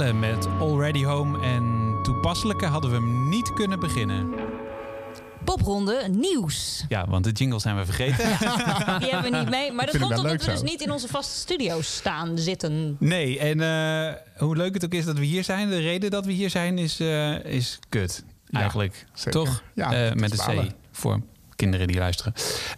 Melle met Already Home. En toepasselijke hadden we hem niet kunnen beginnen. Popronde nieuws. Ja, want de jingle zijn we vergeten. Die hebben we niet mee. Maar dat komt omdat we dus niet in onze vaste studio's zitten. Nee, en hoe leuk het ook is dat we hier zijn. De reden dat we hier zijn is kut. Eigenlijk. Zeker. Toch? Ja, met een C voor kinderen die luisteren.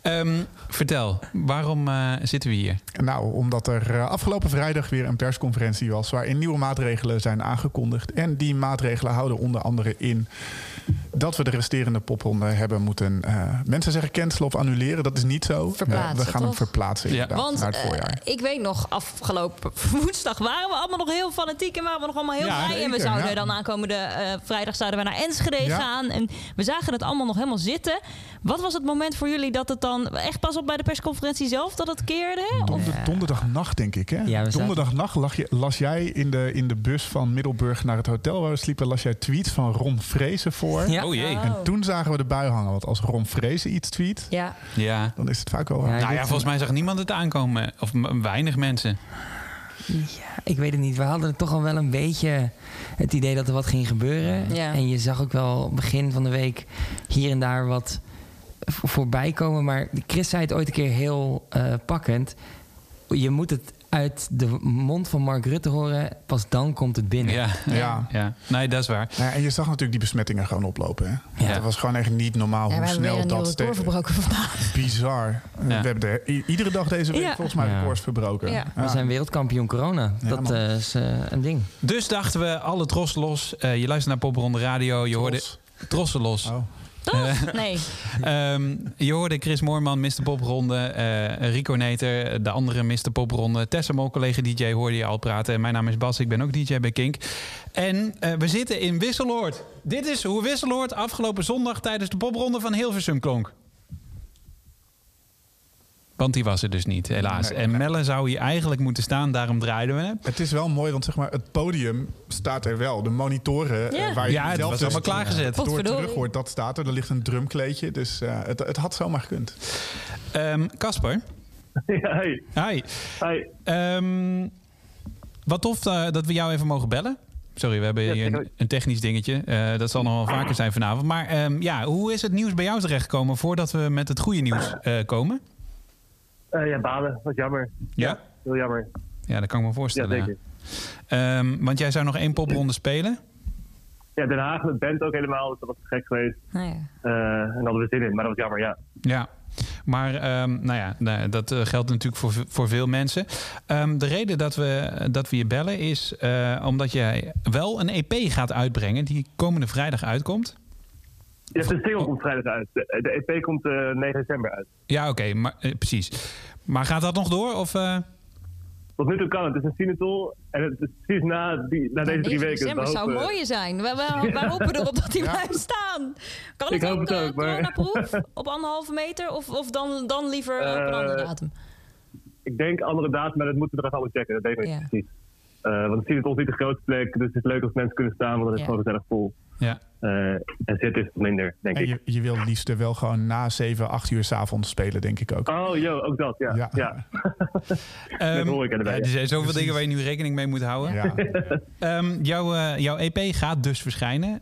Vertel, waarom zitten we hier? Nou, omdat er afgelopen vrijdag weer een persconferentie was waarin nieuwe maatregelen zijn aangekondigd. En die maatregelen houden onder andere in dat we de resterende popronde hebben moeten... mensen zeggen cancelen of annuleren. Dat is niet zo. Verplaatsen, we gaan hem verplaatsen Want naar het voorjaar. Ik weet nog, afgelopen woensdag waren we allemaal nog heel fanatiek... en waren we nog allemaal heel blij. zeker, en we zouden dan aankomende vrijdag zouden we naar Enschede gaan. En we zagen het allemaal nog helemaal zitten. Wat was het moment voor jullie dat het dan echt pas op bij de persconferentie zelf dat het keerde? Donderdagnacht, denk ik. Hè? Ja, donderdagnacht las jij in de bus van Middelburg naar het hotel waar we sliepen... las jij tweets van Ron Vrezen voor. Ja. Oh jee. En toen zagen we de bui hangen. Want als Ron Vrezen iets tweet, Ja. dan is het vaak wel... Volgens mij zag niemand het aankomen. Of weinig mensen. Ja, ik weet het niet. We hadden toch al wel een beetje het idee dat er wat ging gebeuren. Ja. En je zag ook wel begin van de week hier en daar wat voorbij komen. Maar Chris zei het ooit een keer heel pakkend. Je moet het uit de mond van Mark Rutte horen. Pas dan komt het binnen. Ja. Nee, dat is waar. Ja, en je zag natuurlijk die besmettingen gewoon oplopen. Hè? Ja. Het was gewoon echt niet normaal hoe snel dat record verbroken vandaag. Bizar. Ja. We hebben iedere dag deze week volgens mij records verbroken. Ja. We zijn wereldkampioen corona. Dat is een ding. Dus dachten we, alle trossen los. Je luistert naar Popronde Radio. Je hoorde trossen los. Oh. Toch? Nee. Je hoorde Chris Moorman, Mr. Popronde. Rico Neter, de andere Mr. Popronde. Tessa Mol, collega DJ, hoorde je al praten. Mijn naam is Bas, ik ben ook DJ bij Kink. En we zitten in Wisseloord. Dit is hoe Wisseloord afgelopen zondag tijdens de Popronde van Hilversum klonk. Want die was er dus niet, helaas. Nee. En Melle zou hier eigenlijk moeten staan, daarom draaiden we hem. Het is wel mooi, want zeg maar, het podium staat er wel. De monitoren waar je het zelf was allemaal klaargezet. door terug hoort, dat staat er. Er ligt een drumkleedje, dus het had zomaar gekund. Casper? Ja, hey. Hi. Wat tof dat we jou even mogen bellen. Sorry, we hebben hier een technisch dingetje. Dat zal nog wel vaker zijn vanavond. Maar hoe is het nieuws bij jou terechtgekomen voordat we met het goede nieuws komen? Balen. Wat jammer. Ja? Heel jammer. Ja, dat kan ik me voorstellen. Ja, zeker. Want jij zou nog 1 popronde spelen? Ja, Den Haag, het band ook helemaal. Dus dat was gek geweest. Nou ja. En daar hadden we zin in, maar dat was jammer, ja. Ja, maar dat geldt natuurlijk voor veel mensen. De reden dat we je bellen is omdat jij wel een EP gaat uitbrengen die komende vrijdag uitkomt. Ja, de single komt vrijdag uit. De EP komt 9 december uit. Ja, oké, maar precies. Maar gaat dat nog door? Of, Tot nu toe kan het. Het is een Sinatol en het is precies na deze 3 weken. December zou mooier zijn. We hopen erop dat hij blijft staan. Kan het ook coronaproof op 1,5 meter? Of dan liever op een andere datum? Ik denk andere datum, maar dat moeten we nog allemaal checken. Dat weet ik niet precies. Want de Sinatol is niet de grootste plek, dus het is leuk als mensen kunnen staan, want dan is het gewoon gezellig vol. Ja. En zitten is het minder, denk ik. Je wil het liefst wel gewoon na 7, 8 uur 's avonds spelen, denk ik ook. Oh, ook dat, ja. Met horeca erbij. Er zijn zoveel dingen waar je nu rekening mee moet houden. Ja. Jouw EP gaat dus verschijnen.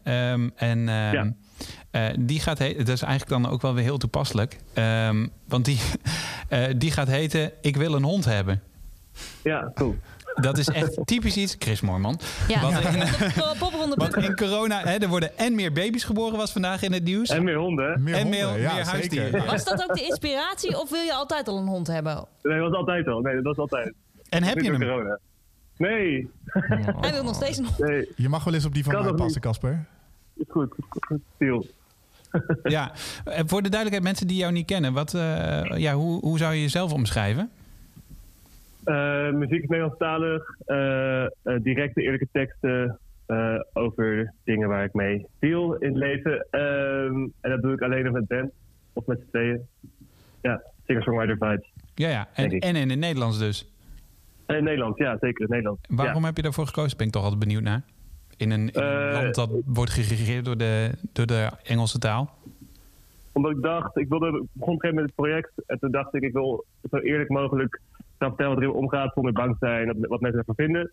Die gaat heten, dat is eigenlijk dan ook wel weer heel toepasselijk. Want die gaat heten Ik wil een hond hebben. Ja, cool. Dat is echt typisch iets. Chris Moorman. Ja, Want in corona, er worden en meer baby's geboren, was vandaag in het nieuws. En meer honden. Meer huisdieren. Was dat ook de inspiratie of wil je altijd al een hond hebben? Nee, dat was altijd al. Nee, dat was altijd. En heb je hem? Corona. Nee. Hij wil nog steeds een hond. Nee. Je mag wel eens op die van mij passen, Casper. Is goed. Stil. Ja, voor de duidelijkheid, mensen die jou niet kennen, hoe zou je jezelf omschrijven? Muziek is Nederlandstalig, directe eerlijke teksten over dingen waar ik mee deal in het leven. En dat doe ik alleen of met band of met z'n tweeën. Ja, singer-songwriter vibes. Ja. En in het Nederlands dus? En in Nederland, ja, zeker in het Nederlands. Waarom heb je daarvoor gekozen? Ben ik toch altijd benieuwd naar. In een land dat wordt geregeerd door de Engelse taal? Omdat ik dacht, ik begon op een gegeven moment met het project. En toen dacht ik wil zo eerlijk mogelijk gaan vertellen wat er omgaat zonder bang te zijn wat mensen ervan vinden.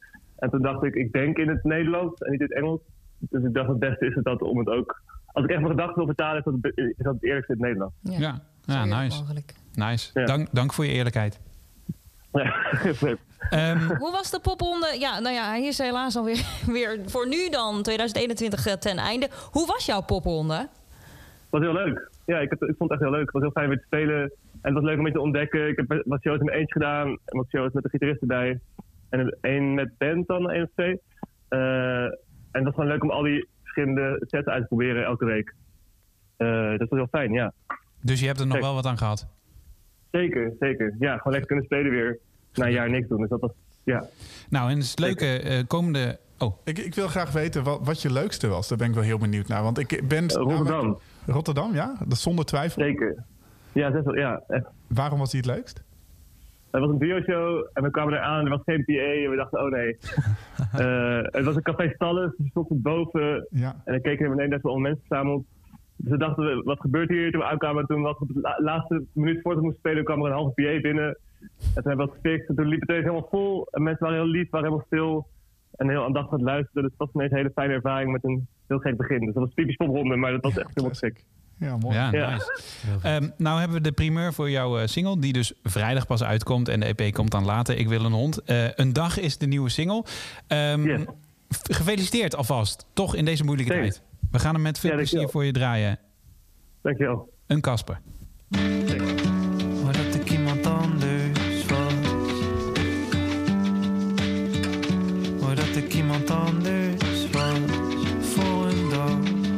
En toen dacht ik denk in het Nederlands en niet in het Engels. Dus ik dacht het beste is het dat om het ook... Als ik echt mijn gedachten wil vertalen, is dat het eerlijkste in het Nederlands. Ja, nice. Nice. Ja. Dank voor je eerlijkheid. Ja, Hoe was de popronde? Ja, nou ja, hij is helaas alweer weer voor nu dan 2021 ten einde. Hoe was jouw popronde? Het was heel leuk. Ja, ik vond het echt heel leuk. Het was heel fijn weer te spelen. En het was leuk om mee te ontdekken. Ik heb wat shows in mijn eentje gedaan. En wat shows met de gitarist erbij. En één met band dan, 1 of 2. En het was gewoon leuk om al die verschillende sets uit te proberen elke week. Dat was heel fijn, ja. Dus je hebt er nog wel wat aan gehad? Zeker. Ja, gewoon lekker kunnen spelen weer. Na een jaar niks doen. Dus dat was, ja. Nou, en het leuke komende... Oh. Ik wil graag weten wat je leukste was. Daar ben ik wel heel benieuwd naar. Want ik ben... Rotterdam. Rotterdam, ja? Dat is zonder twijfel. Zeker. Ja, echt. Waarom was die het leukst? Het was een duo-show en we kwamen eraan en er was geen PA en we dachten, oh nee. Het was een café Stalles, dus we stonden boven en dan keken we naar beneden, dat we al mensen verzameld. Dus we dachten, wat gebeurt hier? Toen we aankwamen, toen was het op de laatste minuut voordat we moesten spelen, kwam er een halve PA binnen. En toen hebben we dat gefixt en toen liep het ineens helemaal vol. En mensen waren heel lief, waren helemaal stil en heel aandachtig aan het luisteren. Dus het was ineens een hele fijne ervaring met een heel gek begin. Dus dat was typisch popronde, maar dat was echt helemaal gek. Ja, mooi. Ja, nice. Nou hebben we de primeur voor jouw single, die dus vrijdag pas uitkomt. En de EP komt dan later. Ik wil een hond. Een dag is de nieuwe single. Gefeliciteerd alvast. Toch in deze moeilijke tijd. We gaan hem met veel plezier voor je draaien. Dankjewel. Een Casper. Maar dat ik iemand anders was. Maar dat ik iemand anders was. Voor een dag.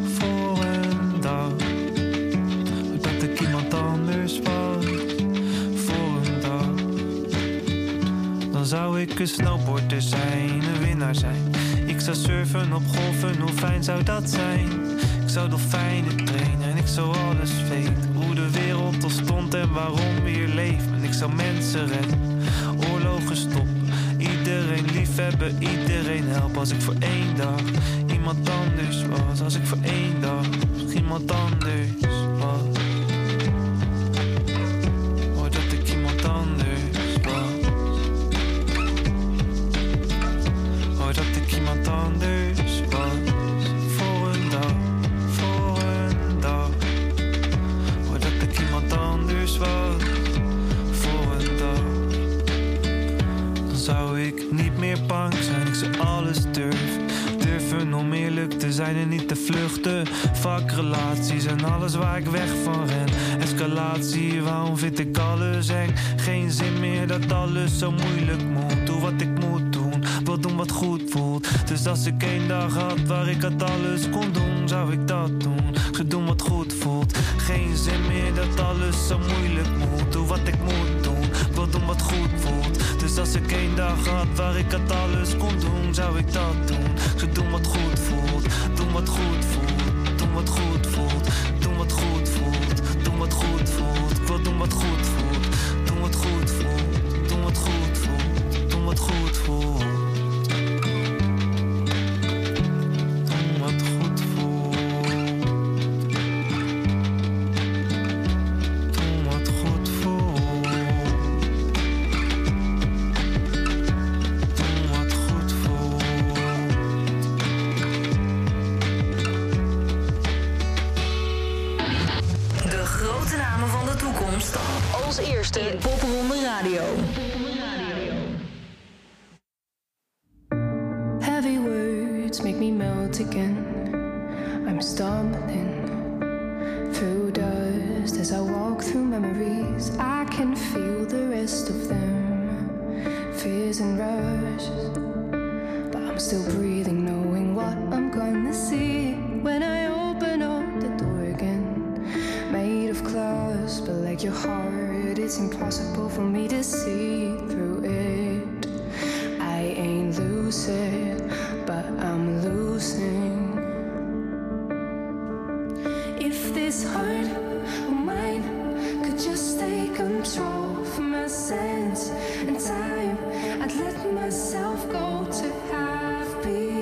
Dat ik iemand anders was. Voor een dag. Dan zou ik een snowboarder zijn, een winnaar zijn. Ik zou surfen op golven, hoe fijn zou dat zijn? Ik zou dolfijnen trainen en ik zou alles weten. Hoe de wereld ontstond en waarom we hier leven. En ik zou mensen redden, oorlogen stoppen. Iedereen liefhebben, iedereen helpen. Als ik voor 1 dag iemand anders was. Als ik voor 1 dag iemand anders was. Oh, dat ik iemand anders was. Oh, dat ik iemand anders was. Voor een dag. Oh, dat ik iemand anders was. Voor een dag. Dan zou ik niet meer bang zijn, ik zou alles durven. Durven om eerlijk te zijn en niet te vluchten. Vakrelaties en alles waar ik weg van ren. Escalatie, waarom vind ik alles eng? Geen zin meer dat alles zo moeilijk moet. Doe wat ik moet doen, wil doen wat goed voelt. Dus als ik 1 dag had waar ik het alles kon doen, zou ik dat doen. Ik zou doen wat goed voelt. Geen zin meer dat alles zo moeilijk moet. Doe wat ik moet doen, wil doen wat goed voelt. Dus als ik 1 dag had waar ik het alles kon doen, zou ik dat doen. Ik zou doen wat goed voelt. Doen wat goed voelt. Doen wat goed voelt. Doen wat goed voelt. Doen wat goed voelt. Ik wil doen wat goed voelt. Doen wat goed voelt. Doen wat goed voelt. Doen wat goed voelt. Doen wat goed voelt. Doen wat goed voelt. Doen wat goed voelt. De grote namen van de toekomst. Als eerste in Popronde Radio. Heavy words make me melt again. I'm stumbling through dust as I walk through memories. I can feel the rest of them, fears and rushes. But I'm still breathing, knowing what I'm gonna see when I open up the door again. Made of glass, but like your heart, it's impossible for me to see through it. I ain't lucid, but I'm losing. If this heart of mine could just take control of my sense and time, I'd let myself go to have peace.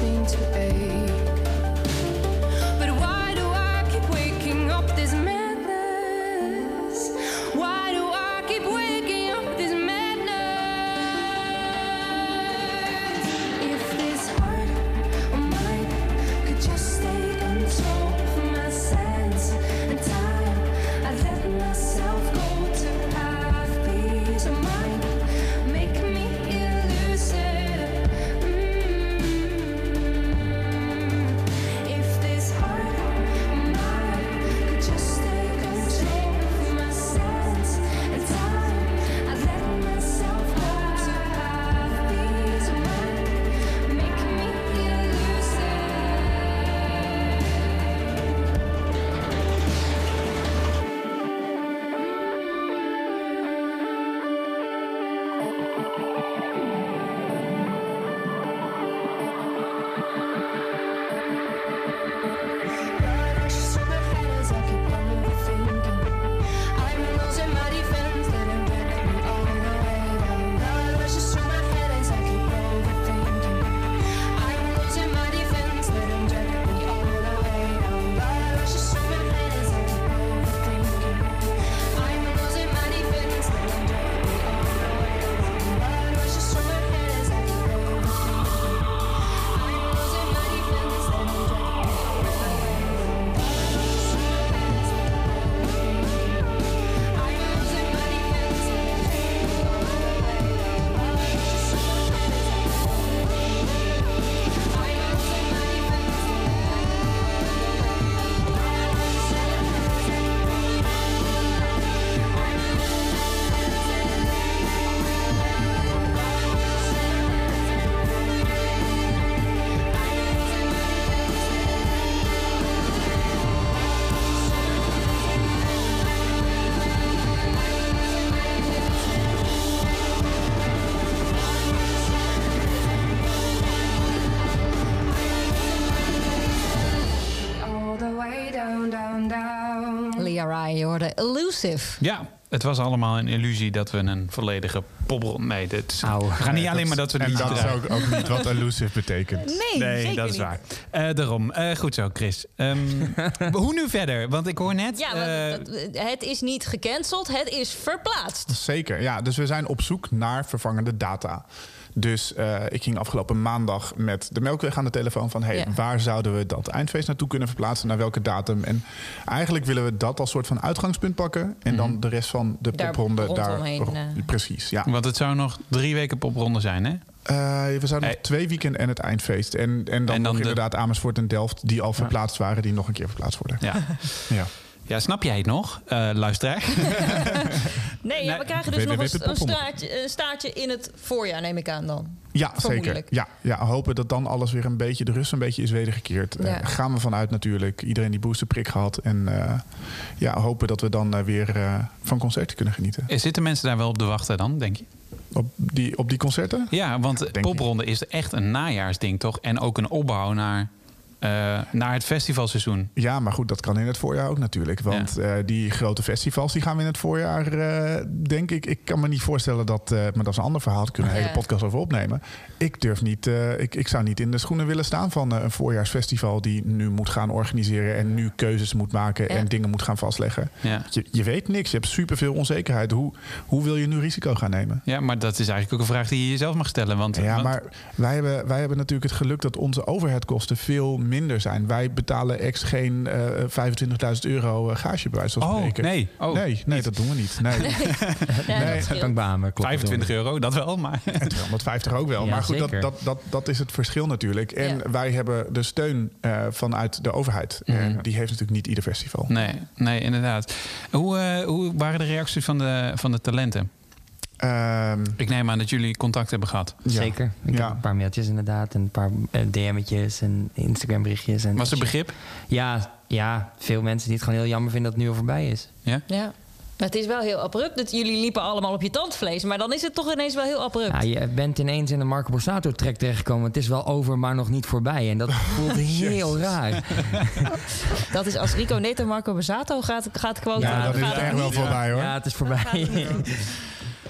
seem to ache. But why do I keep waking up this madness? Why do I keep waking up this madness? If this heart of mine could just stay control of my sense and time, I'd let myself go to have peace of mind. Make me elusive. If this heart of mine could just stay control of my sense and time, I'd let myself go to have peace of mind. Make me elusive. Just in my head as I keep overthinking. I'm losing my defense, letting wreck me all the way down. Just in my head as I keep overthinking. I'm losing my defense, letting wreck me all the way down. Just in my head as I keep overthinking. I'm losing my defense, letting wreck me all the way down. Just in my head as I keep overthinking. I'm losing my defense, letting wreck me all the way down. All the way down, down, down. Lia Rai, je hoorde Elusive. Ja, het was allemaal een illusie dat we een volledige popronde... Nee, dit is, Auw. we gaan niet alleen maar dat we En niet dat is draaien. ook niet wat elusive betekent. Nee, zeker dat is niet. waar. Daarom. Goed zo, Chris. Hoe nu verder? Want ik hoor net... Ja, want het is niet gecanceld, het is verplaatst. Zeker, ja. Dus we zijn op zoek naar vervangende data. Dus ik ging afgelopen maandag met de Melkweg aan de telefoon van... Ja. waar zouden we dat eindfeest naartoe kunnen verplaatsen? Naar welke datum? En eigenlijk willen we dat als soort van uitgangspunt pakken... en dan de rest van de Daar popronde rondomheen, Precies, ja. Want het zou nog 3 weken popronde zijn, hè? We zouden nog 2 weekenden en het eindfeest. En dan nog de- inderdaad Amersfoort en Delft... die al verplaatst waren, die nog een keer verplaatst worden. Ja. Ja. Ja, snap jij het nog, luisteraar? Nee, ja, we krijgen dus nog een www.popronde. staartje in het voorjaar, neem ik aan dan. Ja, zeker. Vermoedelijk. Ja, hopen dat dan alles weer een beetje... de rust een beetje is wedergekeerd. Ja. Gaan we vanuit natuurlijk. Iedereen die boosterprik gehad. En hopen dat we dan weer van concerten kunnen genieten. Zitten mensen daar wel op te wachten dan, denk je? Op die concerten? Ja, want Denk popronde is echt een najaarsding, toch? En ook een opbouw naar het festivalseizoen. Ja, maar goed, dat kan in het voorjaar ook natuurlijk. Want die grote festivals die gaan we in het voorjaar, denk ik. Ik kan me niet voorstellen dat... maar dat is een ander verhaal, daar kunnen we een hele podcast over opnemen. Ik durf niet... Ik zou niet in de schoenen willen staan van een voorjaarsfestival... die nu moet gaan organiseren en nu keuzes moet maken... en dingen moet gaan vastleggen. Ja. Je weet niks, je hebt superveel onzekerheid. Hoe wil je nu risico gaan nemen? Ja, maar dat is eigenlijk ook een vraag die je jezelf mag stellen. Maar wij hebben natuurlijk het geluk dat onze overheadkosten veel minder zijn. Wij betalen geen €25.000 gage bij wijze van spreken. Nee. Nee, dat doen we niet. Nee. Dat kan ik beamen. Klopt. €25, dat wel, maar... 250 ook wel. Ja, maar goed, zeker. dat is het verschil natuurlijk. En wij hebben de steun vanuit de overheid. Mhm. En die heeft natuurlijk niet ieder festival. Nee, inderdaad. Hoe waren de reacties van de talenten? Ik neem aan dat jullie contact hebben gehad. Zeker. Ik heb een paar mailtjes inderdaad. En een paar DM'tjes en Instagram berichtjes. En Was er begrip? Ja, veel mensen die het gewoon heel jammer vinden dat het nu al voorbij is. Ja? Ja. Het is wel heel abrupt dat jullie liepen allemaal op je tandvlees. Maar dan is het toch ineens wel heel abrupt. Ja, je bent ineens in de Marco Borsato track terechtgekomen. Het is wel over, maar nog niet voorbij. En dat voelt heel raar. Dat is als Rico Neto Marco Borsato gaat quote. Ja, dat is echt wel voorbij hoor. Ja, het is voorbij.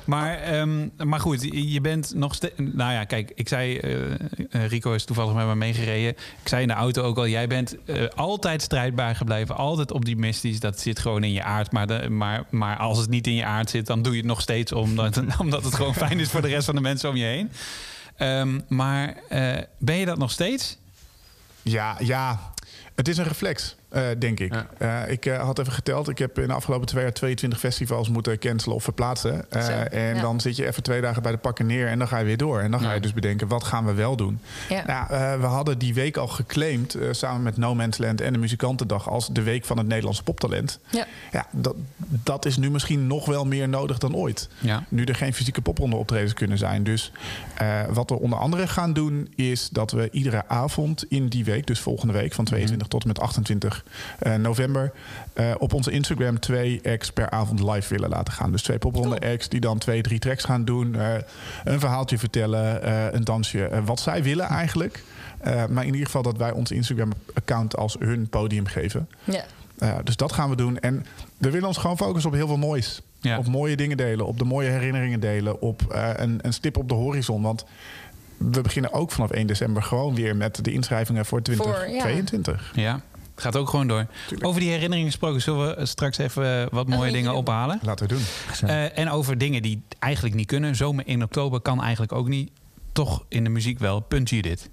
Maar goed, je bent nog steeds... Nou ja, kijk, ik zei... Rico is toevallig met me meegereden. Ik zei in de auto ook al... Jij bent altijd strijdbaar gebleven. Altijd optimistisch. Dat zit gewoon in je aard. Maar als het niet in je aard zit... dan doe je het nog steeds omdat het gewoon fijn is voor de rest van de mensen om je heen. Maar ben je dat nog steeds? Ja. Het is een reflex, denk ik. Ja. Ik had even geteld. Ik heb in de afgelopen 2 jaar 22 festivals moeten cancelen of verplaatsen. Dan zit je even 2 dagen bij de pakken neer en dan ga je weer door. En dan ga je dus bedenken, wat gaan we wel doen? Ja. We hadden die week al geclaimd, samen met No Man's Land en de Muzikantendag, als de week van het Nederlandse poptalent. Ja, dat is nu misschien nog wel meer nodig dan ooit. Ja. Nu er geen fysieke popronde optredens kunnen zijn. Dus wat we onder andere gaan doen, is dat we iedere avond in die week, dus volgende week van 22 tot en met 28 november... op onze Instagram 2 acts per avond live willen laten gaan. Dus 2 popronde acts die dan 2-3 tracks gaan doen. Een verhaaltje vertellen, een dansje. Wat zij willen eigenlijk. Maar in ieder geval dat wij ons Instagram-account als hun podium geven. Ja. Dus dat gaan we doen. En we willen ons gewoon focussen op heel veel moois. Ja. Op mooie dingen delen. Op de mooie herinneringen delen. Op een stip op de horizon. Want... we beginnen ook vanaf 1 december gewoon weer met de inschrijvingen voor 2022. Ja, het gaat ook gewoon door. Tuurlijk. Over die herinneringen gesproken, zullen we straks even wat mooie dingen ophalen? Laten we doen. En over dingen die eigenlijk niet kunnen. Zomer in oktober kan eigenlijk ook niet. Toch in de muziek wel. Punt Judith.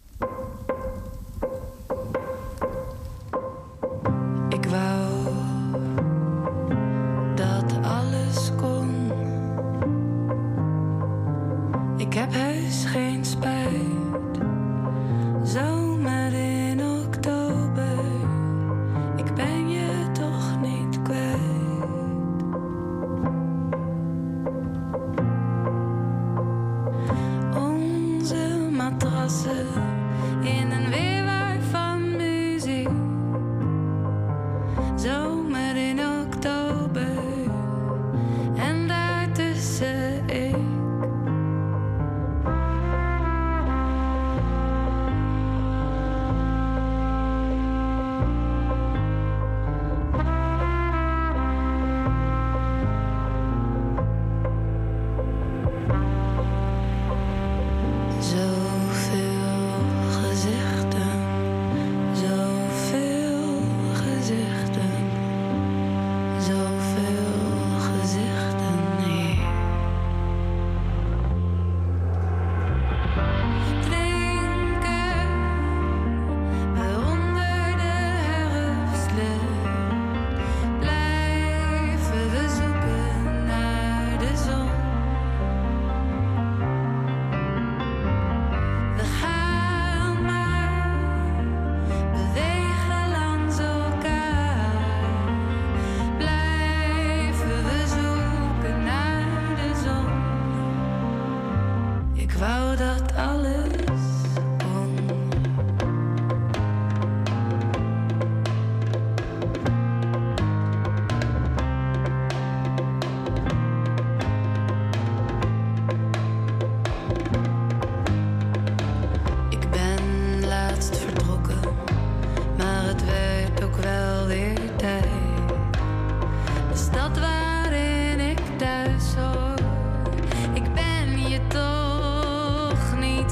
Ik wou dat alles kon. Ik heb heus geen spijt. Zomer in oktober. Ik ben je toch niet kwijt. Onze matrassen in een weerwaar van muziek. Zomer in oktober. En daartussen ik. Niet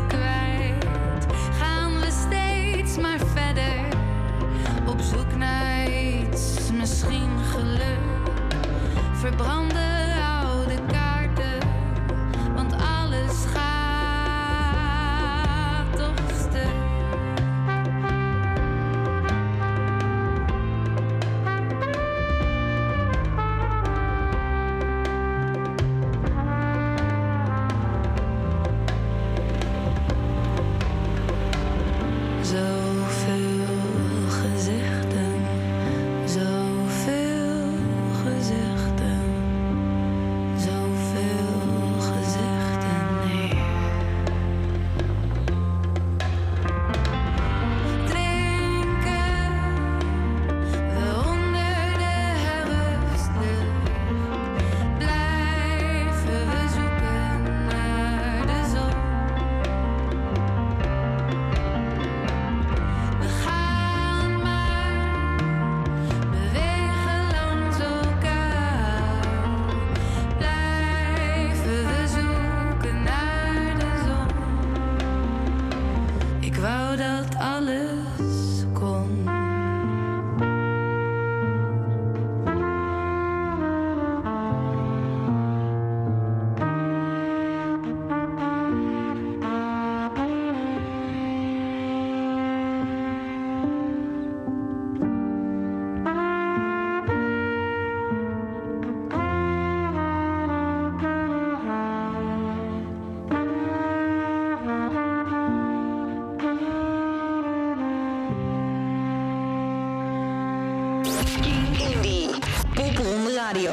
Radio.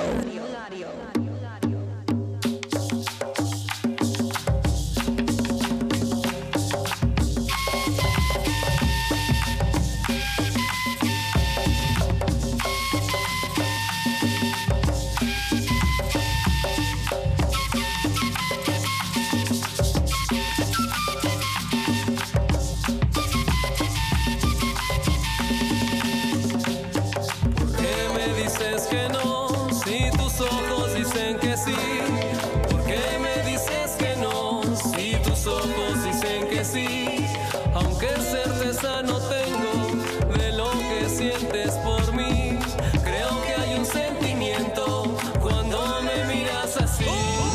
Aunque certeza no tengo de lo que sientes por mí, creo que hay un sentimiento cuando me miras así.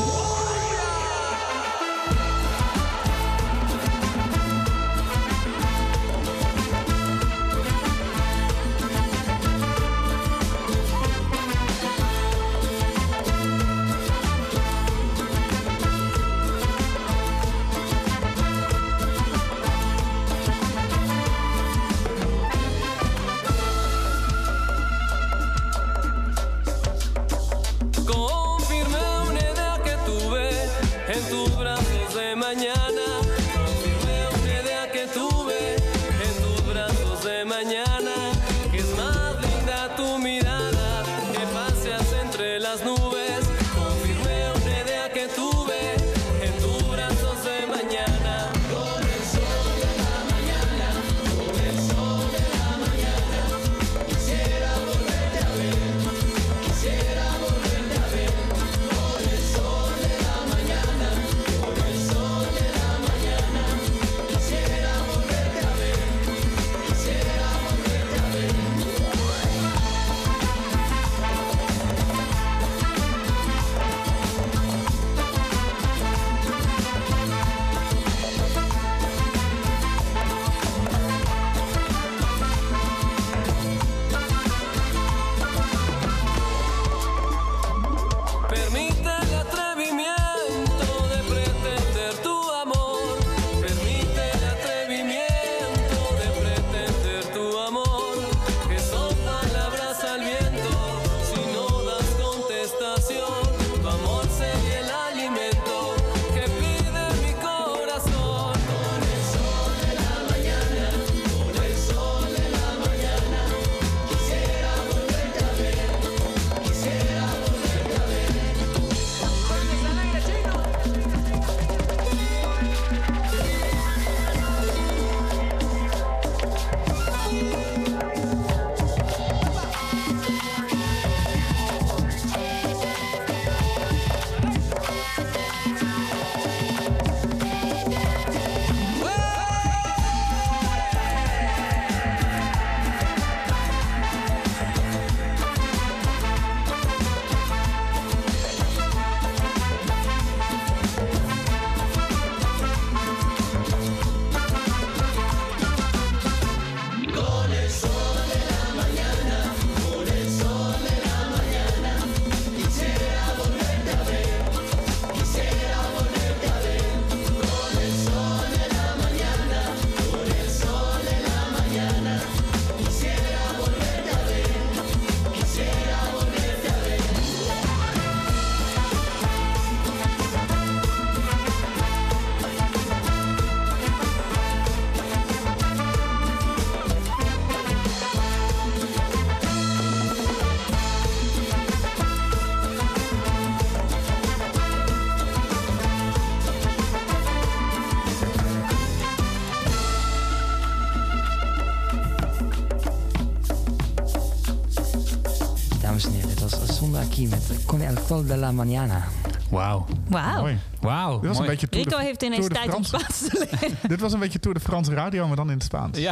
Met Con el Sol de la Mañana. Wauw. Mooi. Wauw. Dit was een beetje Rico heeft ineens tijd om Spaans te leren. Dit was een beetje Tour de France radio, maar dan in het Spaans. Ja.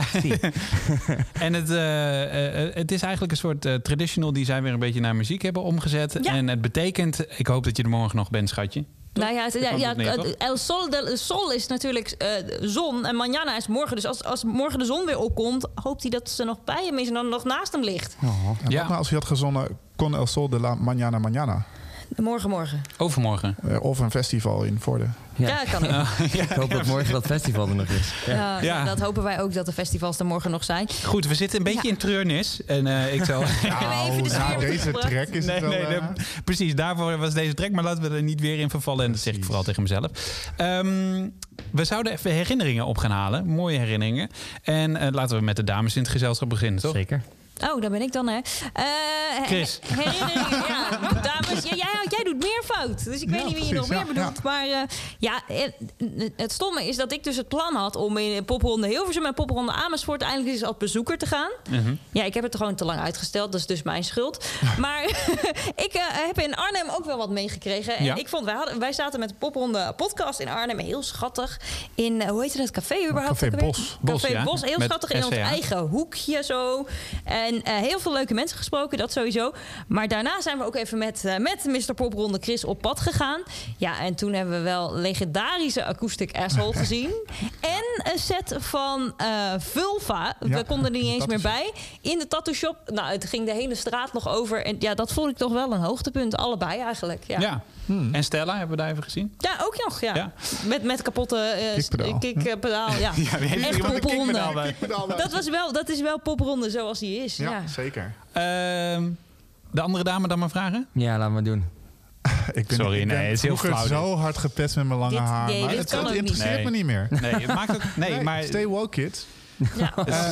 En het is eigenlijk een soort traditional die zij weer een beetje naar muziek hebben omgezet. Ja. En het betekent, ik hoop dat je er morgen nog bent, schatje. Nou ja, El Sol, de Sol is natuurlijk zon en mañana is morgen. Dus als morgen de zon weer opkomt, hoopt hij dat ze nog bij hem is en dan nog naast hem ligt. Oh. Ja. Wat nou als hij had gezongen Con el Sol de la Mañana Mañana? Morgen. Overmorgen. Of een festival in Vorden. Ja, kan ook. Ik hoop dat morgen dat festival er nog is. Ja, dat hopen wij ook dat de festivals er morgen nog zijn. Goed, we zitten een beetje in treurnis. En ik zal... Deze track is het wel... precies, daarvoor was deze track. Maar laten we er niet weer in vervallen. En dat zeg ik vooral tegen mezelf. We zouden even herinneringen op gaan halen. Mooie herinneringen. En laten we met de dames in het gezelschap beginnen, toch? Zeker. Oh, daar ben ik dan, hè. Chris. Herinneringen, ja. Dames, jij doet meer fout. Dus ik weet niet wie je nog meer bedoelt. Maar het stomme is dat ik dus het plan had om in Popronde Hilversum en Popronde Amersfoort eindelijk eens als bezoeker te gaan. Mm-hmm. Ja, ik heb het er gewoon te lang uitgesteld. Dat is dus mijn schuld. Maar ik heb in Arnhem ook wel wat meegekregen. En ik vond, wij zaten met de Popronde podcast in Arnhem. Heel schattig. In, hoe heette het café überhaupt? Café Bos. Café Bos. Heel met schattig in ons eigen hoekje zo. En heel veel leuke mensen gesproken, dat sowieso. Maar daarna zijn we ook even met Mr. Popronde Chris op pad gegaan. Ja, en toen hebben we wel legendarische Acoustic Asshole gezien. En een set van Vulva. We konden er niet eens meer bij. In de tattoo shop. Nou, het ging de hele straat nog over. En ja, dat vond ik toch wel een hoogtepunt. Allebei eigenlijk. Ja. En Stella, hebben we daar even gezien? Ja, ook nog. Ja. Met kapotte kickpedaal. Ja. Echt Popronde. Dat is wel Popronde zoals die is. Ja, zeker. De andere dame dan maar vragen? Ja, laat maar doen. Ik ben het is heel flauw. zo hard gepest met mijn lange haar. Nee, maar het interesseert me niet meer. Nee, het maakt ook... Nee, maar... Stay woke, kids. Ja,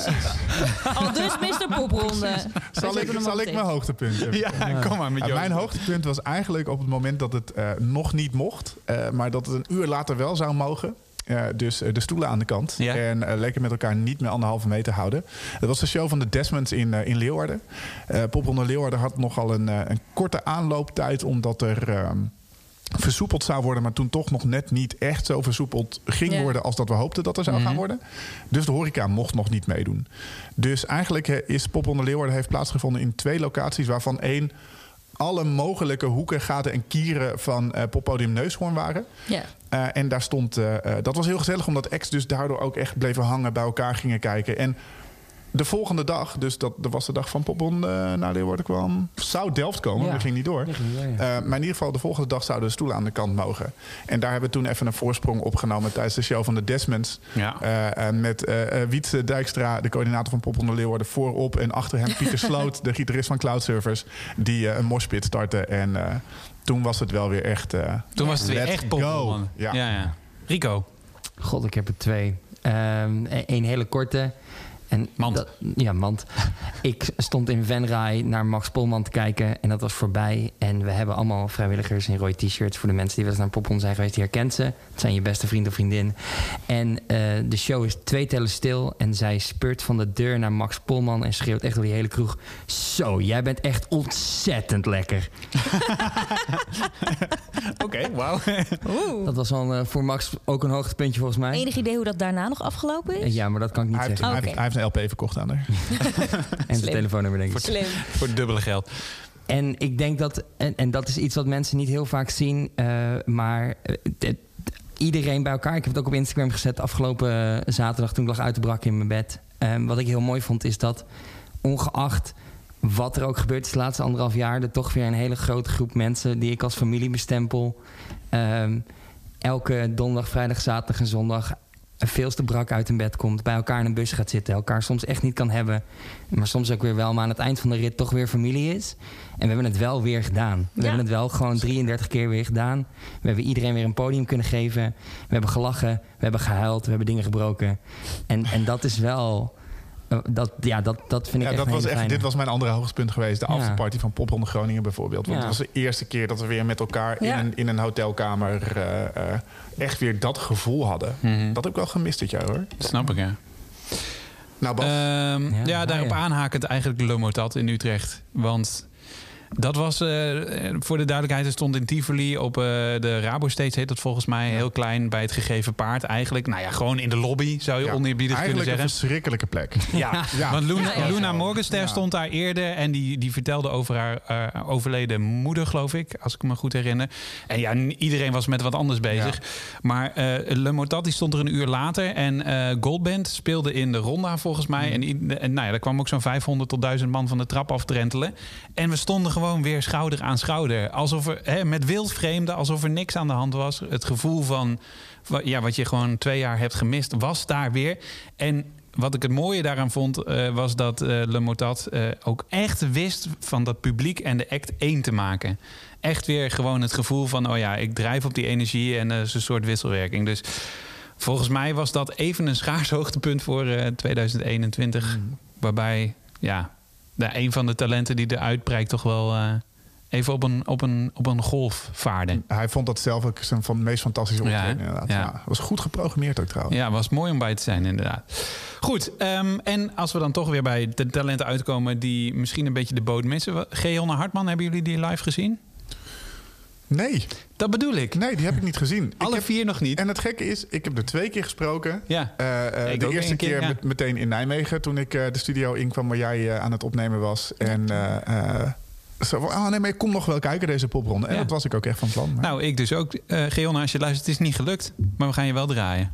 al dus Mr. Popronde. Zal ik mijn hoogtepunt hebben? Ja, kom maar met jou. Mijn hoogtepunt was eigenlijk op het moment dat het nog niet mocht. Maar dat het een uur later wel zou mogen. Dus de stoelen aan de kant. Ja. En lekker met elkaar niet meer 1,5 meter houden. Dat was de show van de Desmonds in Leeuwarden. Popronde Leeuwarden had nogal een korte aanlooptijd. Omdat er versoepeld zou worden. Maar toen toch nog net niet echt zo versoepeld ging worden. Als dat we hoopten dat er zou gaan worden. Dus de horeca mocht nog niet meedoen. Dus eigenlijk is Popronde Leeuwarden heeft plaatsgevonden in 2 locaties. Waarvan 1... alle mogelijke hoeken, gaten en kieren van Poppodium Neushoorn waren. Ja. En daar stond... dat was heel gezellig, omdat acts dus daardoor ook echt bleven hangen, bij elkaar gingen kijken. En de volgende dag, dus dat was de dag van Popronde naar Leeuwarden kwam... zou Delft komen, dat ging niet door. Maar in ieder geval, de volgende dag zouden de stoelen aan de kant mogen. En daar hebben we toen even een voorsprong opgenomen tijdens de show van de Desmonds. Ja. Met Wietse Dijkstra, de coördinator van Popronde Leeuwarden, voorop. En achter hem Pieter Sloot, de gitarist van Cloudsurfers, die een moshpit startte. En toen was het wel weer echt... toen was het weer echt Popronde. Ja. Rico? God, ik heb er 2. Eén hele korte... En Mand. Ik stond in Venray naar Max Polman te kijken en dat was voorbij. En we hebben allemaal vrijwilligers in rode t-shirts voor de mensen die wel eens naar Popronde zijn geweest. Die herkent ze. Het zijn je beste vriend of vriendin. En de show is 2 tellen stil en zij speurt van de deur naar Max Polman en schreeuwt echt door die hele kroeg: zo, jij bent echt ontzettend lekker. Oké, wauw. Dat was dan voor Max ook een hoogtepuntje volgens mij. Enig idee hoe dat daarna nog afgelopen is? Ja, maar dat kan ik niet zeggen. Hij heeft een LP verkocht aan haar. En zijn telefoonnummer, denk ik. Voor het dubbele geld. En ik denk dat... En dat is iets wat mensen niet heel vaak zien. Maar iedereen bij elkaar... Ik heb het ook op Instagram gezet afgelopen zaterdag... toen ik lag uit te braken in mijn bed. Wat ik heel mooi vond is dat... ongeacht wat er ook gebeurd is de laatste 1,5 jaar... er toch weer een hele grote groep mensen... die ik als familie bestempel... elke donderdag, vrijdag, zaterdag en zondag... veel te brak uit hun bed komt, bij elkaar in een bus gaat zitten... elkaar soms echt niet kan hebben... maar soms ook weer wel, maar aan het eind van de rit toch weer familie is. En we hebben het wel weer gedaan. We hebben het wel gewoon 33 keer weer gedaan. We hebben iedereen weer een podium kunnen geven. We hebben gelachen, we hebben gehuild, we hebben dingen gebroken. En dat is wel... Dat vind ik echt dit was mijn andere hoogtepunt geweest. De afterparty van Popronde Groningen bijvoorbeeld. Want het was de eerste keer dat we weer met elkaar in een hotelkamer... echt weer dat gevoel hadden. Mm-hmm. Dat heb ik wel gemist dit jaar, hoor. Dat snap ik, ja. Nou, Bas. Daarop aanhakend eigenlijk de Le Motat in Utrecht. Want... dat was, voor de duidelijkheid, er stond in Tivoli op de Rabo Stage, heet dat volgens mij, heel klein bij het Gegeven Paard eigenlijk. Nou ja, gewoon in de lobby, zou je oneerbiedig kunnen zeggen. Eigenlijk een verschrikkelijke plek. Want Luna Morgenster stond daar eerder en die vertelde over haar overleden moeder, geloof ik, als ik me goed herinner. En ja, iedereen was met wat anders bezig. Ja. Maar Le Motat, die stond er een uur later en Goldband speelde in de Ronda, volgens mij. En daar kwam ook zo'n 500 tot 1000 man van de trap afdrentelen. En we stonden gewoon weer schouder aan schouder. Alsof er, met wildvreemden, alsof er niks aan de hand was. Het gevoel van wat je gewoon 2 jaar hebt gemist, was daar weer. En wat ik het mooie daaraan vond, was dat Le Motat ook echt wist van dat publiek en de act 1 te maken. Echt weer gewoon het gevoel van, ik drijf op die energie en is een soort wisselwerking. Dus volgens mij was dat even een schaars hoogtepunt voor 2021. Waarbij, een van de talenten die eruit prijkt toch wel even op een golf vaarde. Hij vond dat zelf ook van het meest fantastische optreden. Inderdaad. Ja, was goed geprogrammeerd ook trouwens. Ja, was mooi om bij te zijn inderdaad. Goed, en als we dan toch weer bij de talenten uitkomen die misschien een beetje de boot missen. Geonne Hartman, hebben jullie die live gezien? Nee. Dat bedoel ik. Nee, die heb ik niet gezien. Alle 4 nog niet. En het gekke is, ik heb er 2 keer gesproken. Ja. De eerste keer meteen in Nijmegen, toen ik de studio inkwam waar jij aan het opnemen was. En zo van, maar ik kom nog wel kijken deze popronde. En dat was ik ook echt van plan. Maar... Nou, ik dus ook. Geonne, als je luistert, het is niet gelukt. Maar we gaan je wel draaien.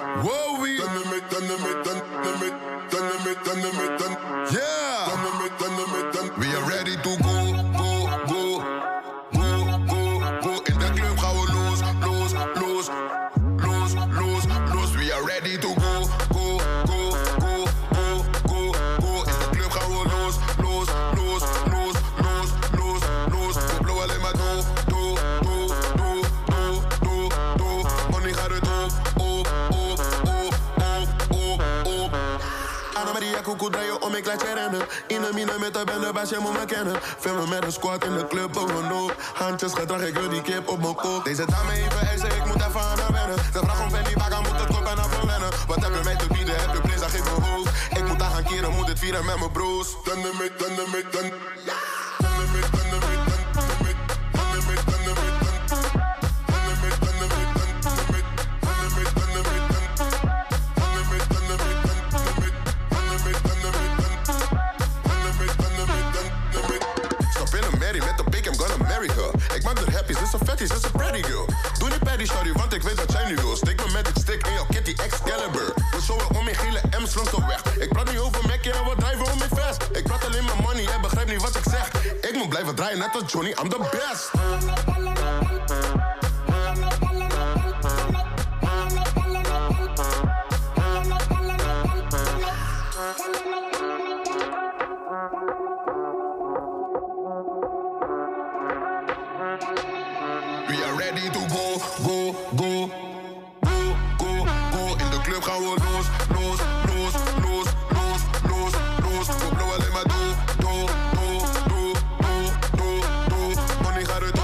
Wowie. Yeah. We are ready to go. In de club gaan we los. We are ready to go. In de club gaan we los. We blowen alleen maar door. Money gaat het op. Anna Maria Koekoe draaien om, ik laat je rennen. In de mine met de bende, baas, je moet me kennen. Filmen met een squad in de club, bovenop. Handjes gedrag, ik wil die kip op mijn kop. Deze dame even eisen, ik moet even aan haar wennen. Ze vraagt om Fendi, maar moet het kopen en afwennen. Wat heb je mij te bieden, heb je prijs, dan geef me hoog. Ik moet daar gaan keren, moet het vieren met mijn broers. Ik maak er happy, ze is een fatty, ze is een pretty girl. Doe niet paddy, shawty, want ik weet wat jij nu wil. Steek me met dit stick in jouw kitty Excalibur. We showen om in gele M's langs de weg. Ik praat niet over Mackie en we drijven om in vest. Ik praat alleen maar money, jij begrijpt niet wat ik zeg. Ik moet blijven draaien net als Johnny, I'm the best. We are ready to go. In de club gaan we los. We blowen alleen maar door. Money gaat het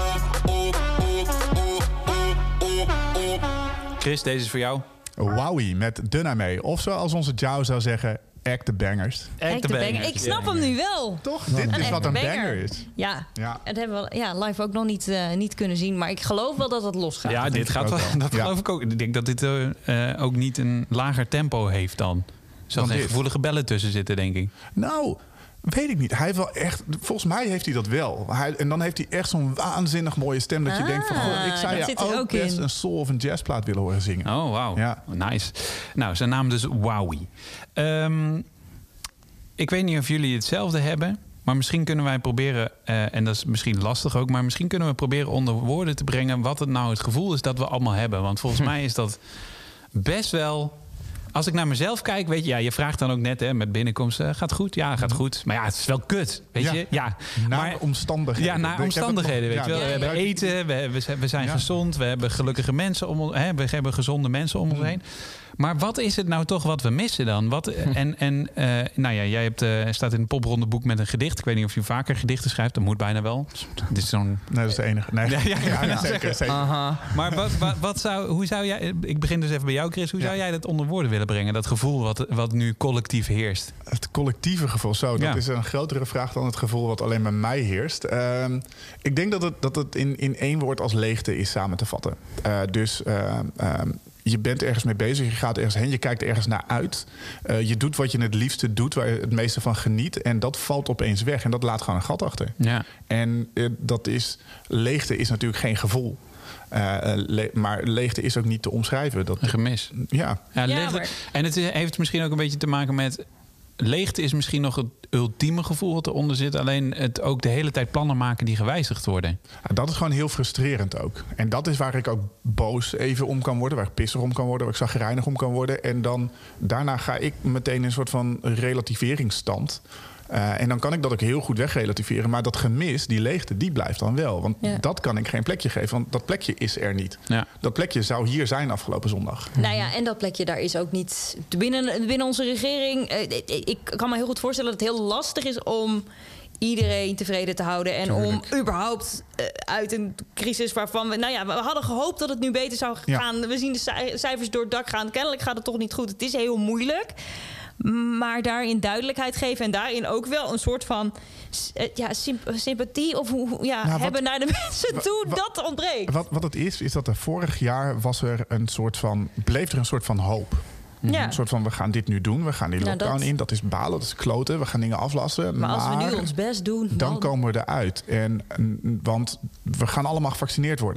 op. Chris, deze is voor jou. Wowie met Dunamee. Of zoals onze Jou zou zeggen, act the bangers. Act the bangers. Ik snap hem nu wel. Toch? Dit is wat een banger is. Ja. Dat hebben we live ook nog niet kunnen zien. Maar ik geloof wel dat het losgaat. Ja, dit gaat wel. Dat geloof ik ook. Ik denk dat dit ook niet een lager tempo heeft dan. Er zal geen gevoelige bellen tussen zitten, denk ik. Nou, weet ik niet. Hij heeft wel echt... Volgens mij heeft hij dat wel. En dan heeft hij echt zo'n waanzinnig mooie stem... dat je denkt van... ik zou je ook best een soul of een jazzplaat willen horen zingen. Oh, wauw. Ja. Nice. Nou, zijn naam dus Wowie. Ik weet niet of jullie hetzelfde hebben... maar misschien kunnen wij proberen... en dat is misschien lastig ook... maar misschien kunnen we proberen onder woorden te brengen... wat het nou het gevoel is dat we allemaal hebben. Want volgens mij is dat best wel... Als ik naar mezelf kijk, weet je, je vraagt dan ook net met binnenkomst, gaat goed? Ja, gaat goed. Maar ja, het is wel kut, weet je? Ja. Naar omstandigheden. Ja, naar omstandigheden, weet je wel. We hebben eten, we zijn gezond, we hebben gelukkige mensen om ons heen, we hebben gezonde mensen om ons heen. Maar wat is het nou toch wat we missen dan? Jij staat in het poprondeboek met een gedicht. Ik weet niet of je vaker gedichten schrijft. Dat moet bijna wel. Dit is zo'n... Nee, dat is de enige. Nee. Zeker. Maar hoe zou jij... Ik begin dus even bij jou, Chris. Hoe zou jij dat onder woorden willen brengen? Dat gevoel wat nu collectief heerst. Het collectieve gevoel, dat is een grotere vraag dan het gevoel wat alleen bij mij heerst. Ik denk dat het in één woord als leegte is samen te vatten. Je bent ergens mee bezig, je gaat ergens heen, je kijkt ergens naar uit. Je doet wat je het liefste doet, waar je het meeste van geniet. En dat valt opeens weg en dat laat gewoon een gat achter. Ja. En leegte is natuurlijk geen gevoel. Maar leegte is ook niet te omschrijven. Een gemis. Ja. Leegte. En het heeft misschien ook een beetje te maken met... Leegte is misschien nog het ultieme gevoel wat eronder zit. Alleen het ook de hele tijd plannen maken die gewijzigd worden. Ja, dat is gewoon heel frustrerend ook. En dat is waar ik ook boos even om kan worden. Waar ik pissig om kan worden. Waar ik chagrijnig om kan worden. En dan daarna ga ik meteen in een soort van relativeringsstand. En dan kan ik dat ook heel goed wegrelativeren. Maar dat gemis, die leegte, die blijft dan wel. Want dat kan ik geen plekje geven. Want dat plekje is er niet. Ja. Dat plekje zou hier zijn afgelopen zondag. Nou ja, en dat plekje daar is ook niet... Binnen onze regering... Ik kan me heel goed voorstellen dat het heel lastig is om... iedereen tevreden te houden. En om überhaupt uit een crisis waarvan we... we hadden gehoopt dat het nu beter zou gaan. We zien de cijfers door het dak gaan. Kennelijk gaat het toch niet goed. Het is heel moeilijk. Maar daarin duidelijkheid geven en daarin ook wel een soort van sympathie of hebben naar de mensen toe, dat ontbreekt. Wat het is dat er vorig jaar bleef er een soort van hoop. Ja. Een soort van, we gaan dit nu doen, we gaan die lockdown in. Dat is balen, dat is kloten, we gaan dingen aflasten. Maar als we nu ons best doen... Dan komen we eruit. Want we gaan allemaal gevaccineerd worden.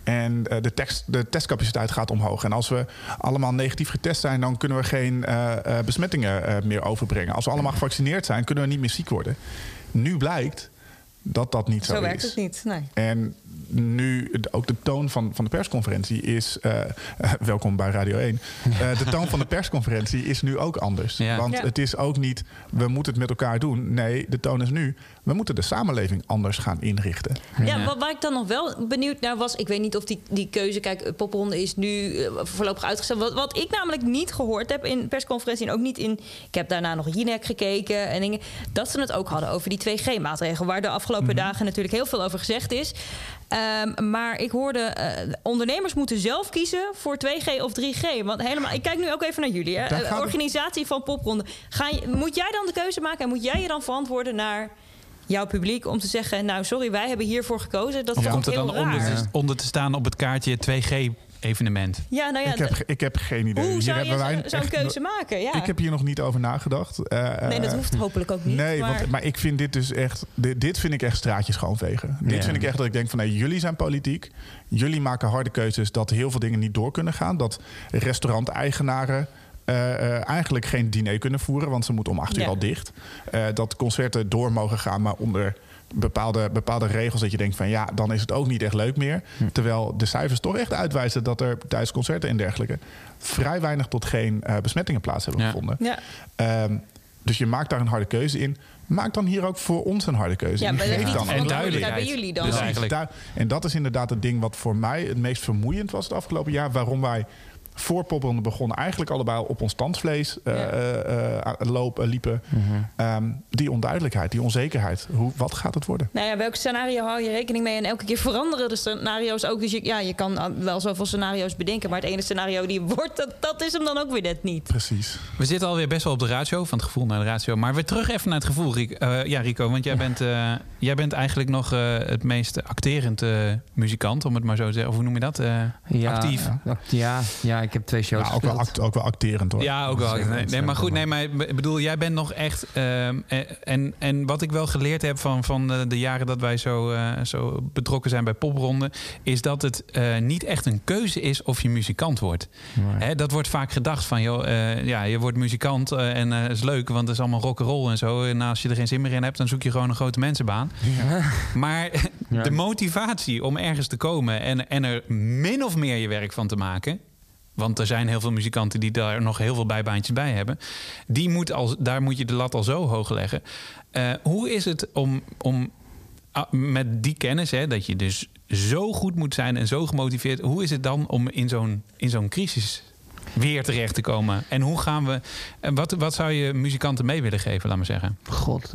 En de testcapaciteit gaat omhoog. En als we allemaal negatief getest zijn, dan kunnen we geen besmettingen meer overbrengen. Als we allemaal gevaccineerd zijn, kunnen we niet meer ziek worden. Nu blijkt dat niet zo is. Zo werkt het niet, nee. En nu ook de toon van de persconferentie is... welkom bij Radio 1. De toon van de persconferentie is nu ook anders. Ja. Want het is ook niet, we moeten het met elkaar doen. Nee, de toon is nu, we moeten de samenleving anders gaan inrichten. Ja, waar ik dan nog wel benieuwd naar was... ik weet niet of die keuze... kijk, popronde is nu voorlopig uitgesteld. Wat ik namelijk niet gehoord heb in persconferentie... en ook niet in... ik heb daarna nog Jinek gekeken en dingen... dat ze het ook hadden over die 2G-maatregelen... waar de afgelopen dagen natuurlijk heel veel over gezegd is... maar ik hoorde, ondernemers moeten zelf kiezen voor 2G of 3G. Want helemaal, ik kijk nu ook even naar jullie. Hè. Organisatie van popronde. Moet jij dan de keuze maken en moet jij je dan verantwoorden naar jouw publiek om te zeggen... nou, sorry, wij hebben hiervoor gekozen. Dat komt er dan onder te staan op het kaartje 2G-evenement? Ja, nou ja, ik heb geen idee. Hoe zou je zo'n keuze maken? Ja. Ik heb hier nog niet over nagedacht. Nee, dat hoeft hopelijk ook niet. Nee, maar ik vind dit dus echt... Dit vind ik echt straatjes schoonvegen. Ja. Dit vind ik echt dat ik denk van... nee, jullie zijn politiek. Jullie maken harde keuzes dat heel veel dingen niet door kunnen gaan. Dat restauranteigenaren... eigenlijk geen diner kunnen voeren, want ze moeten om 8 uur al dicht. Dat concerten door mogen gaan, maar onder bepaalde regels dat je denkt van ja, dan is het ook niet echt leuk meer. Terwijl de cijfers toch echt uitwijzen dat er tijdens concerten en dergelijke vrij weinig tot geen besmettingen plaats hebben gevonden. Ja. Dus je maakt daar een harde keuze in. Maak dan hier ook voor ons een harde keuze. Ja, en duidelijkheid bij jullie dan. Dus eigenlijk. En dat is inderdaad het ding wat voor mij het meest vermoeiend was het afgelopen jaar. Waarom wij voor popronde begonnen eigenlijk allebei op ons tandvlees liepen. Die onduidelijkheid, die onzekerheid. Wat gaat het worden? Nou ja, welk scenario hou je rekening mee? En elke keer veranderen de scenario's ook. Dus je kan wel zoveel scenario's bedenken. Maar het ene scenario die wordt, dat is hem dan ook weer net niet. Precies. We zitten alweer best wel op de ratio, van het gevoel naar de ratio. Maar weer terug even naar het gevoel, Rico. Want jij bent eigenlijk nog het meest acterend muzikant, om het maar zo te zeggen. Of hoe noem je dat? Actief. Ja, ik heb 2 shows gespeeld. Ook wel acterend, hoor. Ja, ook wel. Nee, maar goed, maar ik bedoel, jij bent nog echt... en wat ik wel geleerd heb van de jaren dat wij zo betrokken zijn bij popronde, is dat het niet echt een keuze is of je muzikant wordt. Nee. Dat wordt vaak gedacht van, je wordt muzikant en dat is leuk, want het is allemaal rock'n'roll en zo. En als je er geen zin meer in hebt, dan zoek je gewoon een grote mensenbaan. Ja. Maar de motivatie om ergens te komen en er min of meer je werk van te maken... want er zijn heel veel muzikanten die daar nog heel veel bijbaantjes bij hebben. Daar moet je de lat al zo hoog leggen. Hoe is het om met die kennis, dat je dus zo goed moet zijn en zo gemotiveerd... hoe is het dan om in zo'n crisis weer terecht te komen? En hoe gaan we... Wat zou je muzikanten mee willen geven, laat maar zeggen? God,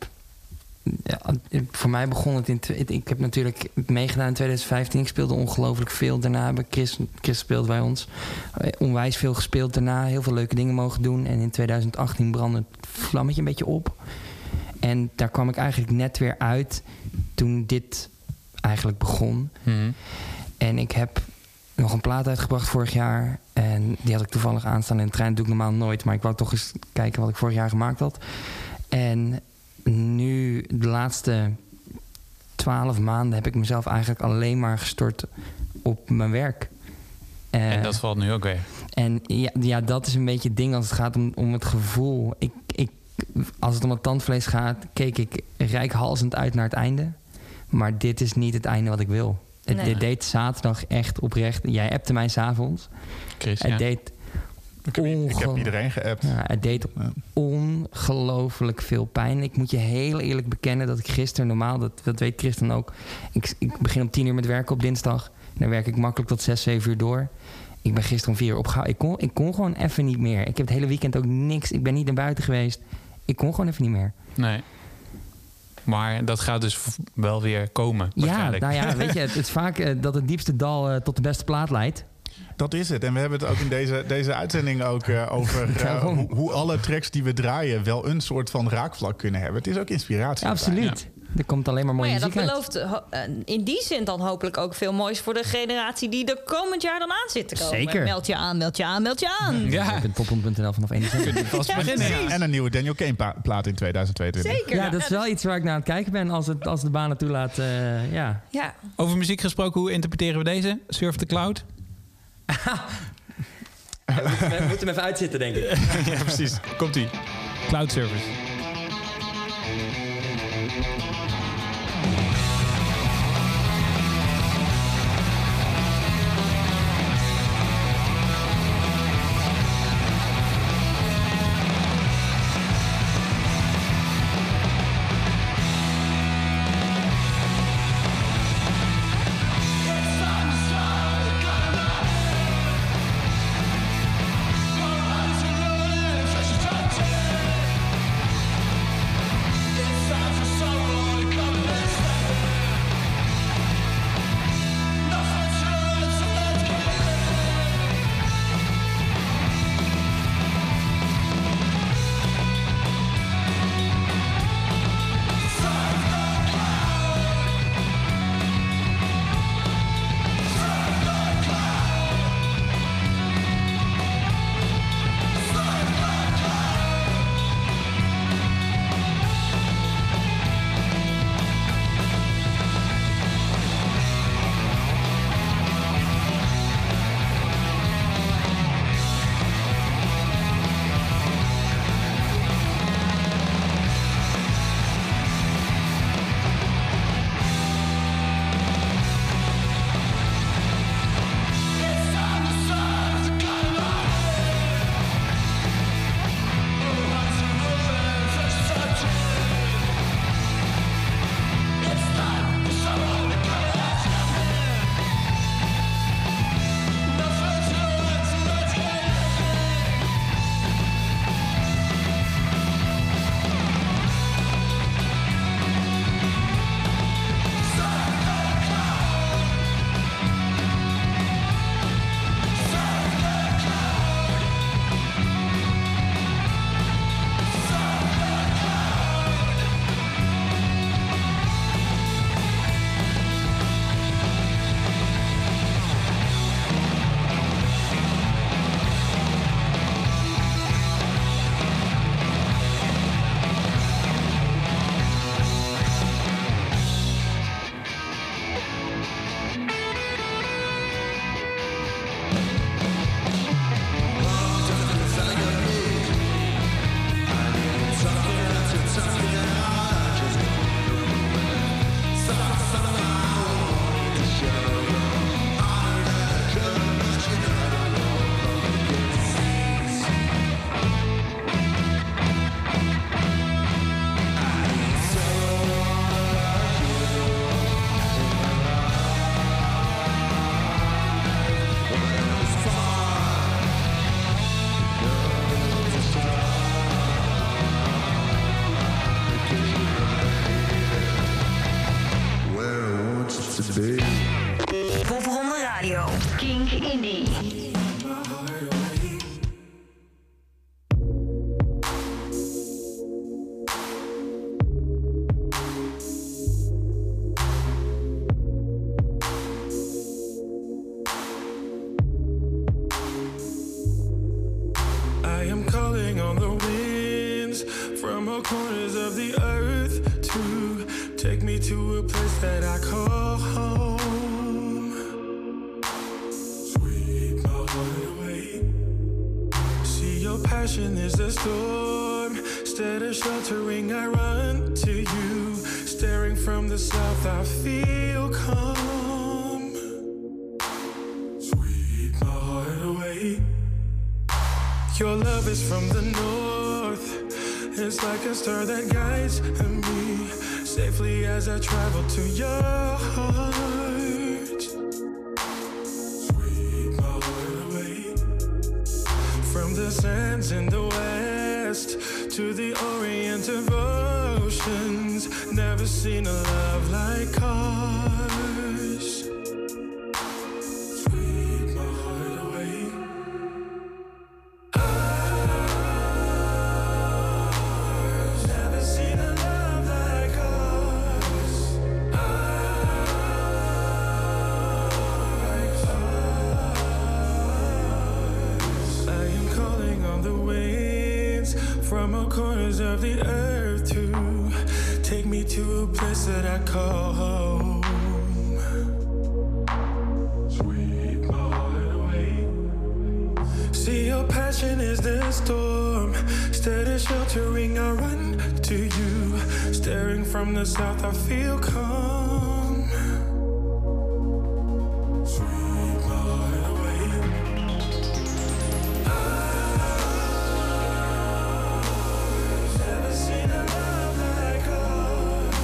voor mij begon het ik heb natuurlijk meegedaan in 2015. Ik speelde ongelooflijk veel. Daarna hebben Chris gespeeld bij ons. Onwijs veel gespeeld daarna. Heel veel leuke dingen mogen doen. En in 2018 brandde het vlammetje een beetje op. En daar kwam ik eigenlijk net weer uit toen dit eigenlijk begon. Mm-hmm. En ik heb nog een plaat uitgebracht vorig jaar. En die had ik toevallig aanstaan in de trein. Dat doe ik normaal nooit. Maar ik wou toch eens kijken wat ik vorig jaar gemaakt had. En nu, de laatste 12 maanden... heb ik mezelf eigenlijk alleen maar gestort op mijn werk. En dat valt nu ook weer. En ja, dat is een beetje het ding als het gaat om het gevoel. Als het om het tandvlees gaat, keek ik reikhalzend uit naar het einde. Maar dit is niet het einde wat ik wil. Het deed zaterdag echt oprecht. Jij appte mij 's avonds. Chris, het deed... Ik heb iedereen geappt. Ja, het deed ongelooflijk veel pijn. Ik moet je heel eerlijk bekennen dat ik gisteren normaal... dat weet Chris dan ook. Ik begin om 10 uur met werken op dinsdag. Dan werk ik makkelijk tot 6, 7 uur door. Ik ben gisteren om 4 uur opgehouden. Ik kon gewoon even niet meer. Ik heb het hele weekend ook niks. Ik ben niet naar buiten geweest. Ik kon gewoon even niet meer. Nee. Maar dat gaat dus wel weer komen. Ja, nou ja, weet je, het is vaak dat het diepste dal tot de beste plaat leidt. Dat is het. En we hebben het ook in deze uitzending ook over hoe alle tracks die we draaien wel een soort van raakvlak kunnen hebben. Het is ook inspiratie. Ja, absoluut. Er komt alleen maar mooie Maar ja, muziek dat uit. belooft in die zin dan hopelijk ook veel moois voor de generatie die er komend jaar dan aan zit te komen. Zeker. Meld je aan, meld je aan, meld je aan. Ja. Pophond.nl vanaf 1 december. Ja, precies. En een nieuwe Daniel Kane plaat in 2022. Zeker. Ja, dat is wel iets waar ik naar aan het kijken ben als de baan het toelaat. Ja. Ja. Over muziek gesproken, hoe interpreteren we deze? Surf the Cloud? We moeten hem even uitzitten, denk ik. Ja, precies. Komt-ie. Cloud Service. Popronde Radio. Kink Indie. I am calling on the winds from all corners of the earth to take me to a place that I call home. Sweep my heart away. See, your passion is a storm. Instead of sheltering, I run to you. Staring from the south, I feel calm. Sweep my heart away. Your love is from the north. It's like a star that guides me safely as I travel to your heart. Sweep my heart away. From the sands in the west to the orient of oceans. Never seen a love like ours. Sweep my heart away. Never seen a love like ours. from all corners of the earth to take me to a place that I call home. Sweep my heart away. See, your passion is the storm. Instead of sheltering, I run to you. Staring from the south, I feel calm. Sweep my heart away. I've never seen a love like ours.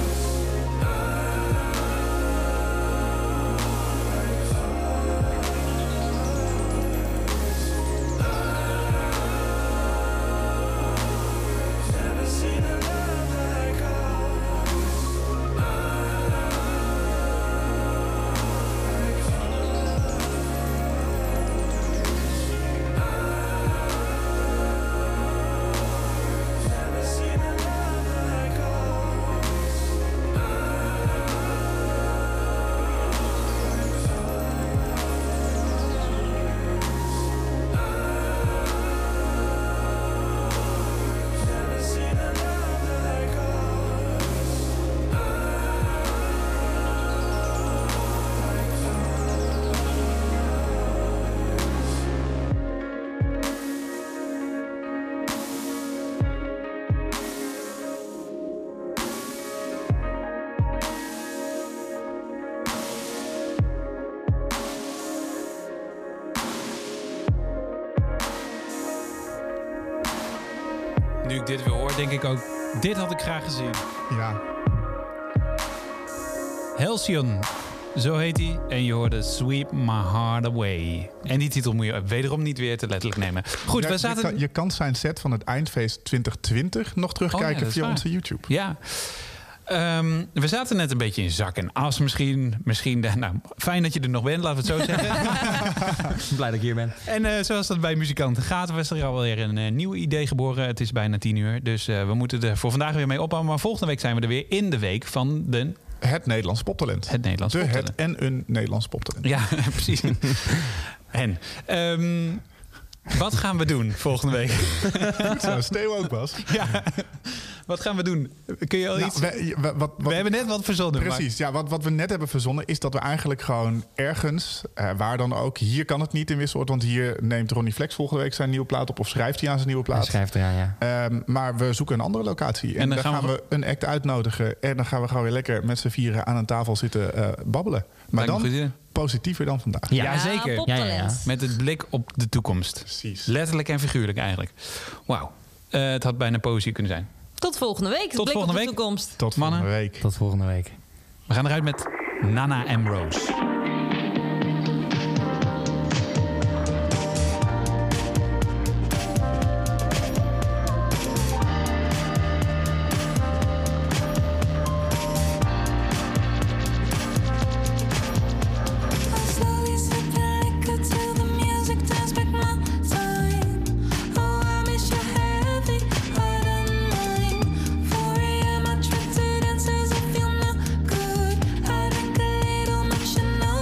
Never seen a love like Nu ik dit weer hoor, denk ik ook, dit had ik graag gezien. Ja. Halcyon, zo heet hij. En je hoorde Sweep My Heart Away. En die titel moet je wederom niet weer te letterlijk nemen. Goed, Ja, we zaten... je kan zijn set van het Eindfeest 2020 nog terugkijken via onze YouTube. Ja. We zaten net een beetje in zak en as misschien. Nou, fijn dat je er nog bent, laten we het zo zeggen. Blij dat ik hier ben. En zoals dat bij muzikanten gaat, was er alweer een nieuw idee geboren. Het is bijna 10:00, dus we moeten er voor vandaag weer mee ophouden. Maar volgende week zijn we er weer in de week van het Nederlands poptalent. Het Nederlands poptalent. Het en een Nederlands poptalent. Ja, precies. En wat gaan we doen volgende week? Goed zo, Steeuw ook, Bas. Ja. Wat gaan we doen? Kun je al iets... We hebben net wat verzonnen. Precies, maar... ja. Wat we net hebben verzonnen is dat we eigenlijk gewoon ergens, waar dan ook... Hier kan het niet in Wisseloord, want hier neemt Ronnie Flex volgende week zijn nieuwe plaat op. Of schrijft hij aan zijn nieuwe plaat. Hij schrijft eraan, ja. Maar we zoeken een andere locatie. En dan gaan we een act uitnodigen. En dan gaan we gewoon weer lekker met z'n vieren aan een tafel zitten babbelen. Maar dan positiever dan vandaag. Ja, zeker. Ja. Met het blik op de toekomst. Precies. Letterlijk en figuurlijk eigenlijk. Wauw. Het had bijna poëzie kunnen zijn. Tot volgende week. Tot volgende week. Toekomst. Tot volgende week. Tot volgende week. We gaan eruit met Nana Ambrose. I drink a little much, you know.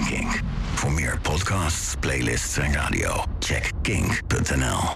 Kink. Voor meer podcasts, playlists en radio, check kink.nl.